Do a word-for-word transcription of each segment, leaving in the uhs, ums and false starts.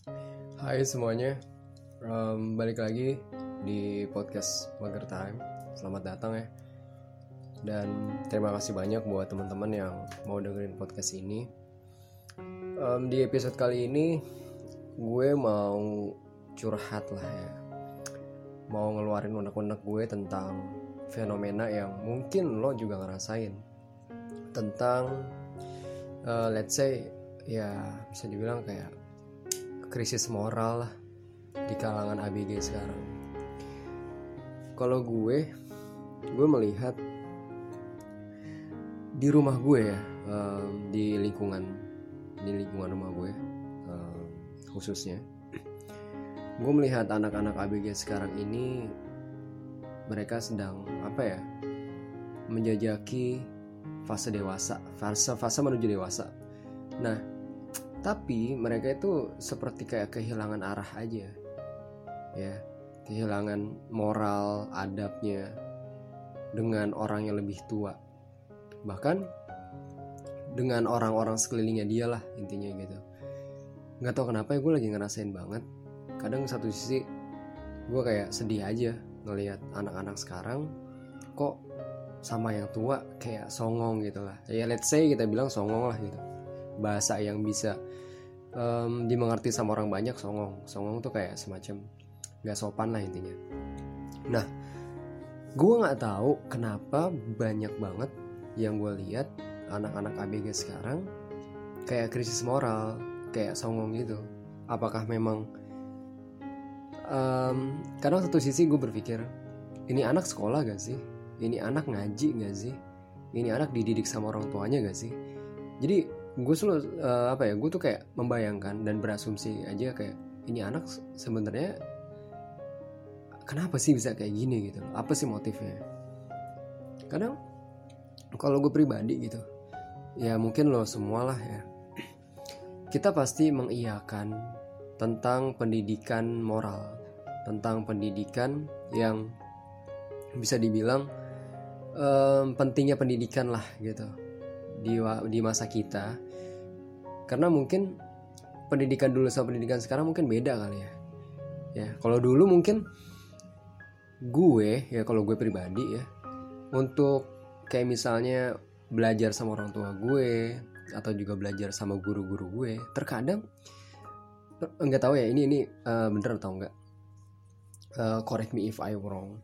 Hai semuanya, um, balik lagi di podcast Mager Time. Selamat datang ya. Dan terima kasih banyak buat teman-teman yang mau dengerin podcast ini. um, Di episode kali ini gue mau curhat lah ya. Mau ngeluarin unek-unek gue tentang fenomena yang mungkin lo juga ngerasain. Tentang uh, let's say ya bisa dibilang kayak krisis moral lah di kalangan A B G sekarang. Kalau gue, gue melihat di rumah gue ya, um, di lingkungan, di lingkungan rumah gue um, khususnya, gue melihat anak-anak A B G sekarang ini mereka sedang apa ya, menjajaki fase dewasa, fase fase menuju dewasa. Nah. Tapi mereka itu seperti kayak kehilangan arah aja, ya, kehilangan moral, adabnya dengan orang yang lebih tua, bahkan dengan orang-orang sekelilingnya dia lah intinya gitu. Nggak tahu kenapa ya, gue lagi ngerasain banget. Kadang satu sisi gue kayak sedih aja ngelihat anak-anak sekarang kok sama yang tua kayak songong gitu lah. Ya let's say kita bilang songong lah gitu. Bahasa yang bisa um, dimengerti sama orang banyak, songong. Songong tuh kayak semacam gak sopan lah intinya. Nah, gue gak tahu kenapa banyak banget yang gue lihat anak-anak A B G sekarang kayak krisis moral, kayak songong gitu. Apakah memang um, kadang satu sisi gue berpikir, ini anak sekolah gak sih? Ini anak ngaji gak sih? Ini anak dididik sama orang tuanya gak sih? Jadi gue selalu uh, apa ya gue tuh kayak membayangkan dan berasumsi aja kayak ini anak sebenarnya kenapa sih bisa kayak gini gitu, apa sih motifnya. Kadang kalau gue pribadi gitu ya, mungkin lo semua lah ya, kita pasti mengiyakan tentang pendidikan moral, tentang pendidikan yang bisa dibilang um, pentingnya pendidikan lah gitu di di masa kita. Karena mungkin pendidikan dulu sama pendidikan sekarang mungkin beda kali ya. Ya, kalau dulu mungkin gue ya, kalau gue pribadi ya, untuk kayak misalnya belajar sama orang tua gue atau juga belajar sama guru-guru gue, terkadang enggak tahu ya ini ini uh, bener atau enggak. Uh, correct me if I wrong.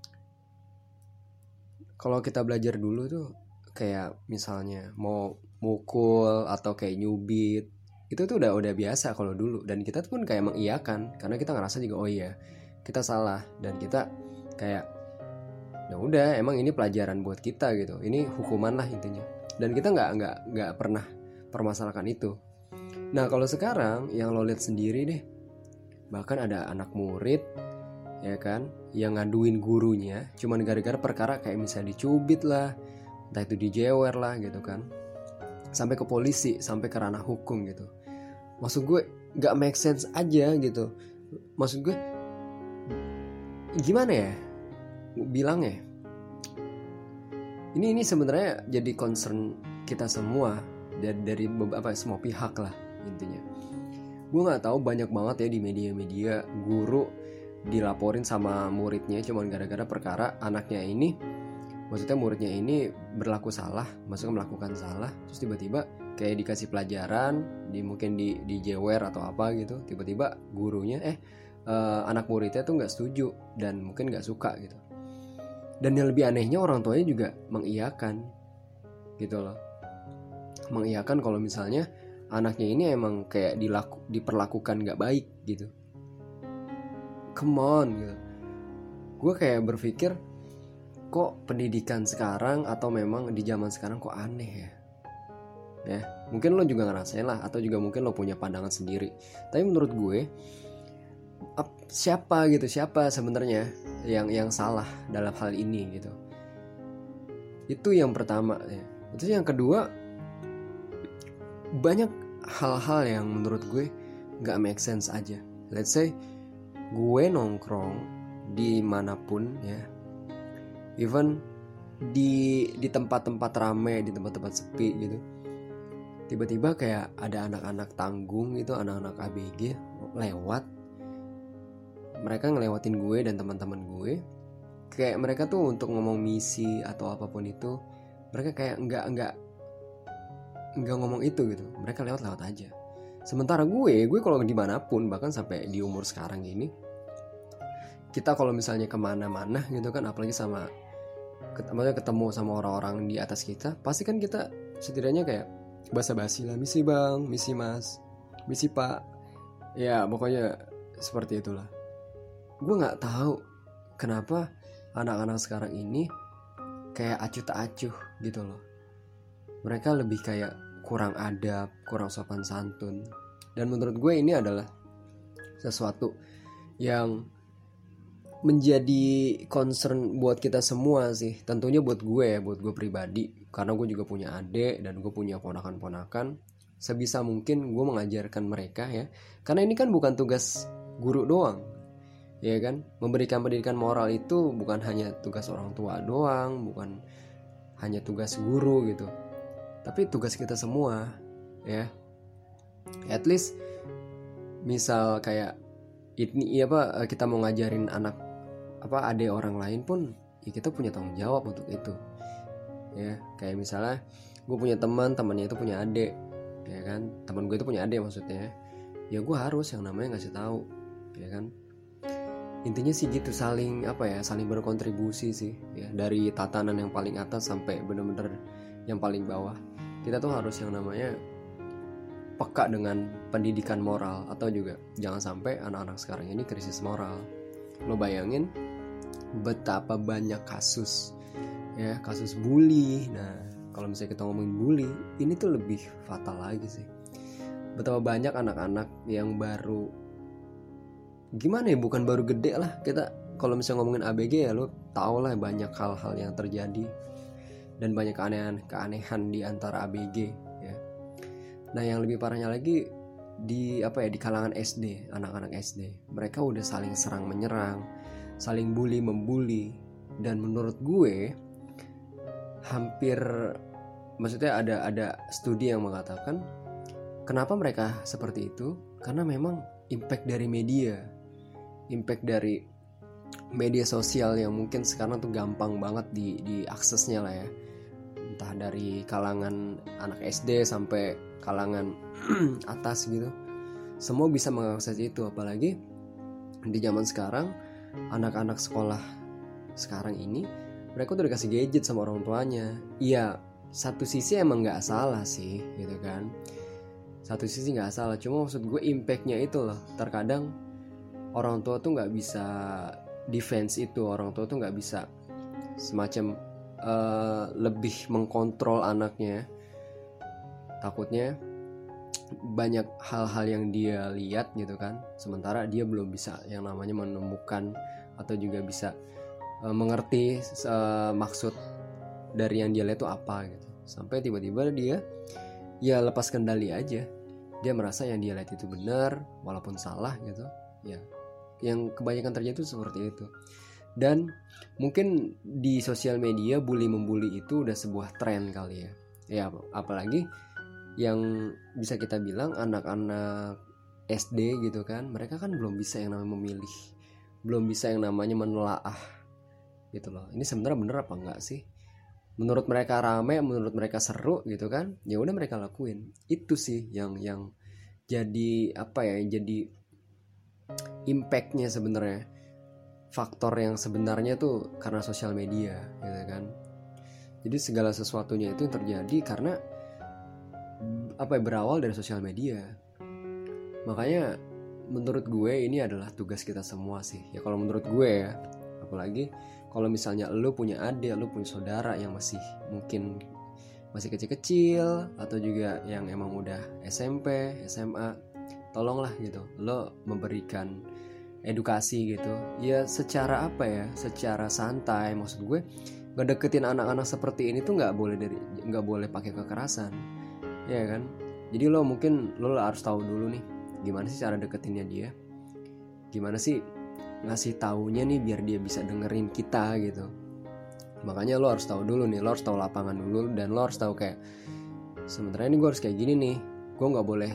Kalau kita belajar dulu tuh kayak misalnya mau mukul atau kayak nyubit, itu tuh udah udah biasa kalau dulu, dan kita pun kayak mengiyakan karena kita ngerasa juga oh iya kita salah, dan kita kayak ya udah emang ini pelajaran buat kita gitu, ini hukuman lah intinya, dan kita nggak nggak nggak pernah permasalahkan itu. Nah kalau sekarang yang lo lihat sendiri deh, bahkan ada anak murid ya kan yang ngaduin gurunya cuman gara-gara perkara kayak misalnya dicubit lah, entah itu dijewer lah gitu kan, sampai ke polisi, sampai ke ranah hukum gitu. Maksud gue gak make sense aja gitu. Maksud gue gimana ya bilangnya, ini ini sebenarnya jadi concern kita semua dari dari beberapa semua pihak lah intinya. Gue nggak tahu, banyak banget ya di media-media guru dilaporin sama muridnya cuman gara-gara perkara anaknya ini, maksudnya muridnya ini berlaku salah, maksudnya melakukan salah, terus tiba-tiba kayak dikasih pelajaran, di mungkin di di jewer atau apa gitu, tiba-tiba gurunya eh uh, anak muridnya tuh nggak setuju dan mungkin nggak suka gitu. Dan yang lebih anehnya orang tuanya juga mengiyakan gitu loh, mengiyakan kalau misalnya anaknya ini emang kayak dilaku, diperlakukan nggak baik gitu. Come on gitu. Gue kayak berpikir, kok pendidikan sekarang atau memang di zaman sekarang kok aneh ya. Ya, mungkin lo juga ngerasain lah, atau juga mungkin lo punya pandangan sendiri. Tapi menurut gue, ap, siapa gitu, siapa sebenarnya yang yang salah dalam hal ini gitu. Itu yang pertama ya. Itu yang kedua, banyak hal-hal yang menurut gue nggak make sense aja. Let's say gue nongkrong dimanapun ya, even di di tempat-tempat ramai, di tempat-tempat sepi gitu, tiba-tiba kayak ada anak-anak tanggung gitu, anak-anak A B G lewat, mereka ngelewatin gue dan teman-teman gue. Kayak mereka tuh untuk ngomong misi atau apapun itu, mereka kayak nggak nggak nggak ngomong itu gitu. Mereka lewat-lewat aja. Sementara gue, gue kalau dimanapun, bahkan sampai di umur sekarang ini, kita kalau misalnya kemana-mana gitu kan, apalagi sama ketemu sama orang-orang di atas kita, pasti kan kita setidaknya kayak basa-basi lah, misi bang, misi mas, misi pak, ya pokoknya seperti itulah. Gue nggak tahu kenapa anak-anak sekarang ini kayak acuh tak acuh gitu loh. Mereka lebih kayak kurang adab, kurang sopan santun. Dan menurut gue ini adalah sesuatu yang menjadi concern buat kita semua sih. Tentunya buat gue ya, buat gue pribadi. Karena gue juga punya adik dan gue punya ponakan-ponakan. Sebisa mungkin gue mengajarkan mereka ya. Karena ini kan bukan tugas guru doang, ya kan? Memberikan pendidikan moral itu bukan hanya tugas orang tua doang, bukan hanya tugas guru gitu, tapi tugas kita semua ya. At least misal kayak ini apa, kita mau ngajarin anak apa adik orang lain pun ya kita punya tanggung jawab untuk itu ya. Kayak misalnya gue punya teman, temannya itu punya adik ya kan, teman gue itu punya adik maksudnya, ya gue harus yang namanya ngasih tahu ya kan. Intinya sih gitu, saling apa ya, saling berkontribusi sih ya, dari tatanan yang paling atas sampai benar-benar yang paling bawah. Kita tuh harus yang namanya peka dengan pendidikan moral, atau juga jangan sampai anak-anak sekarang ini krisis moral. Lo bayangin betapa banyak kasus ya, kasus bully. Nah, kalau misalnya kita ngomongin bully, ini tuh lebih fatal lagi sih. Betapa banyak anak-anak yang baru gimana ya, bukan baru gede lah, kita kalau misalnya ngomongin A B G ya lo tau lah banyak hal-hal yang terjadi dan banyak keanehan keanehan di antara A B G ya. Nah yang lebih parahnya lagi di apa ya, di kalangan S D, anak-anak S D, mereka udah saling serang menyerang, saling bully membuli. Dan menurut gue hampir, maksudnya ada ada studi yang mengatakan kenapa mereka seperti itu, karena memang impact dari media, impact dari media sosial yang mungkin sekarang tuh gampang banget di diaksesnya lah ya, entah dari kalangan anak S D sampai kalangan atas gitu, semua bisa mengakses itu. Apalagi di zaman sekarang, anak-anak sekolah sekarang ini mereka udah dikasih gadget sama orang tuanya. Iya, satu sisi emang nggak salah sih gitu kan, satu sisi nggak salah, cuma maksud gue impactnya itu loh. Terkadang orang tua tuh nggak bisa defense itu, orang tua tuh nggak bisa semacam uh, lebih mengkontrol anaknya. Takutnya banyak hal-hal yang dia lihat gitu kan, sementara dia belum bisa yang namanya menemukan atau juga bisa uh, mengerti uh, maksud dari yang dia lihat itu apa gitu. Sampai tiba-tiba dia ya lepas kendali aja, dia merasa yang dia lihat itu benar walaupun salah gitu ya. Yang kebanyakan terjadi itu seperti itu. Dan mungkin di sosial media bully membuli itu udah sebuah tren kali ya. Ya apalagi yang bisa kita bilang anak-anak S D gitu kan, mereka kan belum bisa yang namanya memilih, belum bisa yang namanya menelaah gitu loh. Ini sebenarnya bener apa enggak sih? Menurut mereka rame, menurut mereka seru gitu kan, ya udah mereka lakuin. Itu sih yang yang jadi apa ya, yang jadi impactnya sebenarnya, faktor yang sebenarnya tuh karena sosial media gitu kan. Jadi segala sesuatunya itu yang terjadi karena apa ya, berawal dari sosial media. Makanya menurut gue ini adalah tugas kita semua sih ya, kalau menurut gue ya. Apalagi kalau misalnya lo punya adik, lo punya saudara yang masih mungkin masih kecil-kecil, atau juga yang emang udah S M P, S M A, tolonglah gitu lo memberikan edukasi gitu ya, secara apa ya, secara santai. Maksud gue ngedeketin anak-anak seperti ini tuh nggak boleh dari nggak boleh pakai kekerasan ya kan. Jadi lo mungkin lo harus tahu dulu nih gimana sih cara deketinnya dia, gimana sih ngasih taunya nih biar dia bisa dengerin kita gitu. Makanya lo harus tahu dulu nih, lo harus tahu lapangan dulu, dan lo harus tahu kayak sebenarnya ini gue harus kayak gini nih, gue nggak boleh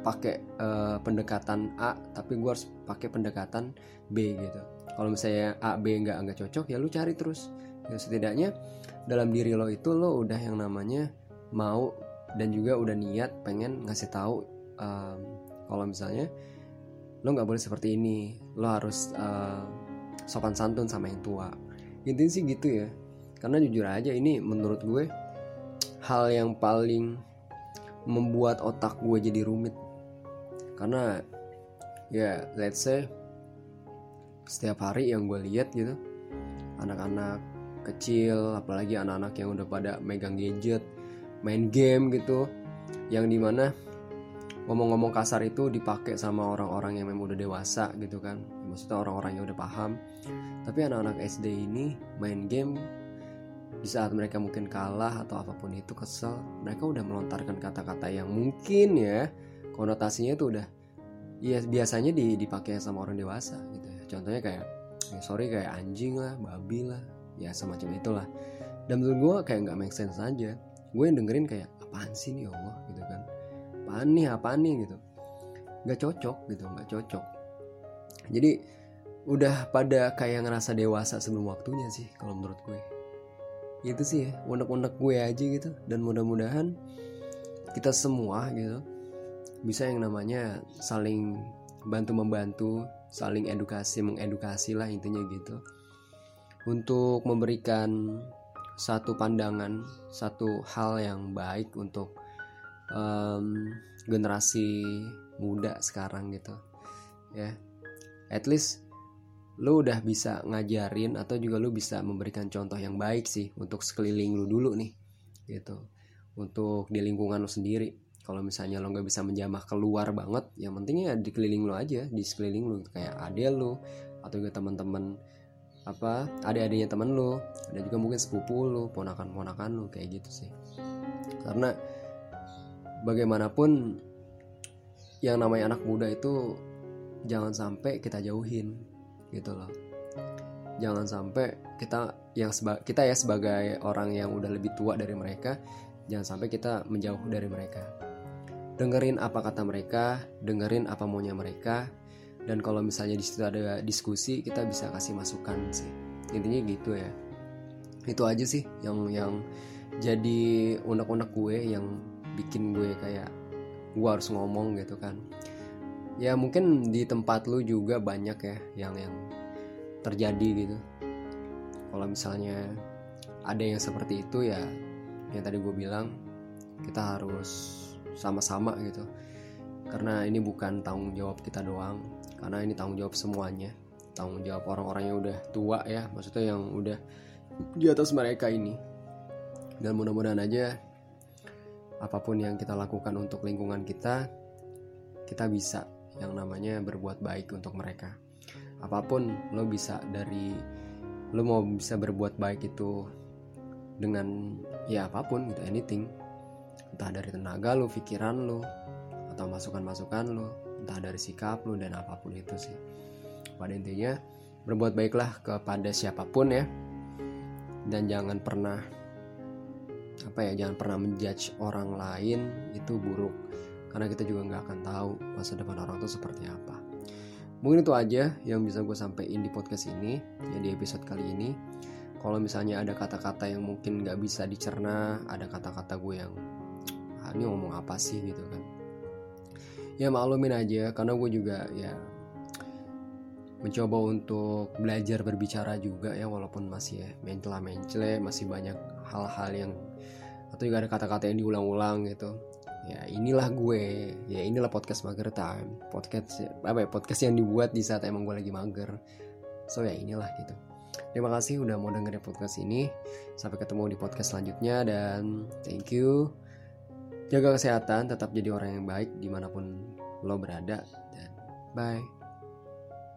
pakai uh, pendekatan A tapi gue harus pakai pendekatan B gitu. Kalau misalnya A B nggak nggak cocok ya lu cari terus. Ya setidaknya dalam diri lo itu lo udah yang namanya mau dan juga udah niat pengen ngasih tahu um, kalau misalnya lo nggak boleh seperti ini, lo harus uh, sopan santun sama yang tua. Intinya sih gitu ya. Karena jujur aja ini menurut gue hal yang paling membuat otak gue jadi rumit. Karena ya let's say setiap hari yang gue lihat gitu, anak-anak kecil, apalagi anak-anak yang udah pada megang gadget, main game gitu, yang dimana ngomong-ngomong kasar itu dipakai sama orang-orang yang memang udah dewasa gitu kan, maksudnya orang-orang yang udah paham. Tapi anak-anak S D ini main game, di saat mereka mungkin kalah atau apapun itu kesel, mereka udah melontarkan kata-kata yang mungkin ya konotasinya itu udah ya biasanya dipakai sama orang dewasa gitu ya. Contohnya kayak ya sorry kayak anjing lah, babi lah, ya semacam itulah. Dan menurut gue kayak nggak make sense aja. Gue yang dengerin kayak apaan sih nih Allah gitu kan, apaan nih apaan nih gitu, nggak cocok gitu, nggak cocok. Jadi udah pada kayak ngerasa dewasa sebelum waktunya sih kalau menurut gue. Gitu sih ya, unek-unek gue aja gitu. Dan mudah-mudahan kita semua gitu bisa yang namanya saling bantu-membantu, saling edukasi, mengedukasi lah intinya gitu, untuk memberikan satu pandangan, satu hal yang baik untuk um, generasi muda sekarang gitu ya. At least lu udah bisa ngajarin atau juga lu bisa memberikan contoh yang baik sih untuk sekeliling lu dulu nih gitu, untuk di lingkungan lu sendiri. Kalau misalnya lo nggak bisa menjamah keluar banget, yang penting ya di keliling lo aja, di sekeliling lo, kayak adek lo atau juga teman-teman apa adik-adiknya teman lo, ada juga mungkin sepupu lo, ponakan-ponakan lo, kayak gitu sih. Karena bagaimanapun yang namanya anak muda itu jangan sampai kita jauhin gitu loh. Jangan sampai kita yang seba- kita ya sebagai orang yang udah lebih tua dari mereka, jangan sampai kita menjauh dari mereka. Dengerin apa kata mereka, dengerin apa maunya mereka, dan kalau misalnya di situ ada diskusi, kita bisa kasih masukan sih. Intinya gitu ya. Itu aja sih yang yang jadi unek-unek gue, yang bikin gue kayak gue harus ngomong gitu kan. Ya mungkin di tempat lu juga banyak ya yang yang terjadi gitu. Kalau misalnya ada yang seperti itu ya, yang tadi gue bilang, kita harus sama-sama gitu. Karena ini bukan tanggung jawab kita doang, karena ini tanggung jawab semuanya, tanggung jawab orang-orang yang udah tua ya, maksudnya yang udah di atas mereka ini. Dan mudah-mudahan aja apapun yang kita lakukan untuk lingkungan kita, kita bisa yang namanya berbuat baik untuk mereka. Apapun lo bisa, dari lo mau bisa berbuat baik itu dengan ya apapun gitu, anything, entah dari tenaga lo, pikiran lo, atau masukan-masukan lo, entah dari sikap lo, dan apapun itu sih. Pada intinya berbuat baiklah kepada siapapun ya, dan jangan pernah apa ya jangan pernah menjudge orang lain itu buruk, karena kita juga nggak akan tahu masa depan orang itu seperti apa. Mungkin itu aja yang bisa gue sampaikan di podcast ini ya, di episode kali ini. Kalau misalnya ada kata-kata yang mungkin nggak bisa dicerna, ada kata-kata gue yang ah, ini ngomong apa sih gitu kan, ya maklumin aja, karena gue juga ya mencoba untuk belajar berbicara juga ya, walaupun masih ya mencela-mencele, masih banyak hal-hal yang atau juga ada kata-kata yang diulang-ulang gitu. Ya inilah gue, ya inilah podcast Mager Time, podcast apa ya podcast yang dibuat di saat emang gue lagi mager. So ya inilah gitu. Terima kasih udah mau dengerin podcast ini. Sampai ketemu di podcast selanjutnya, dan thank you. Jaga kesehatan, tetap jadi orang yang baik dimanapun lo berada, dan bye.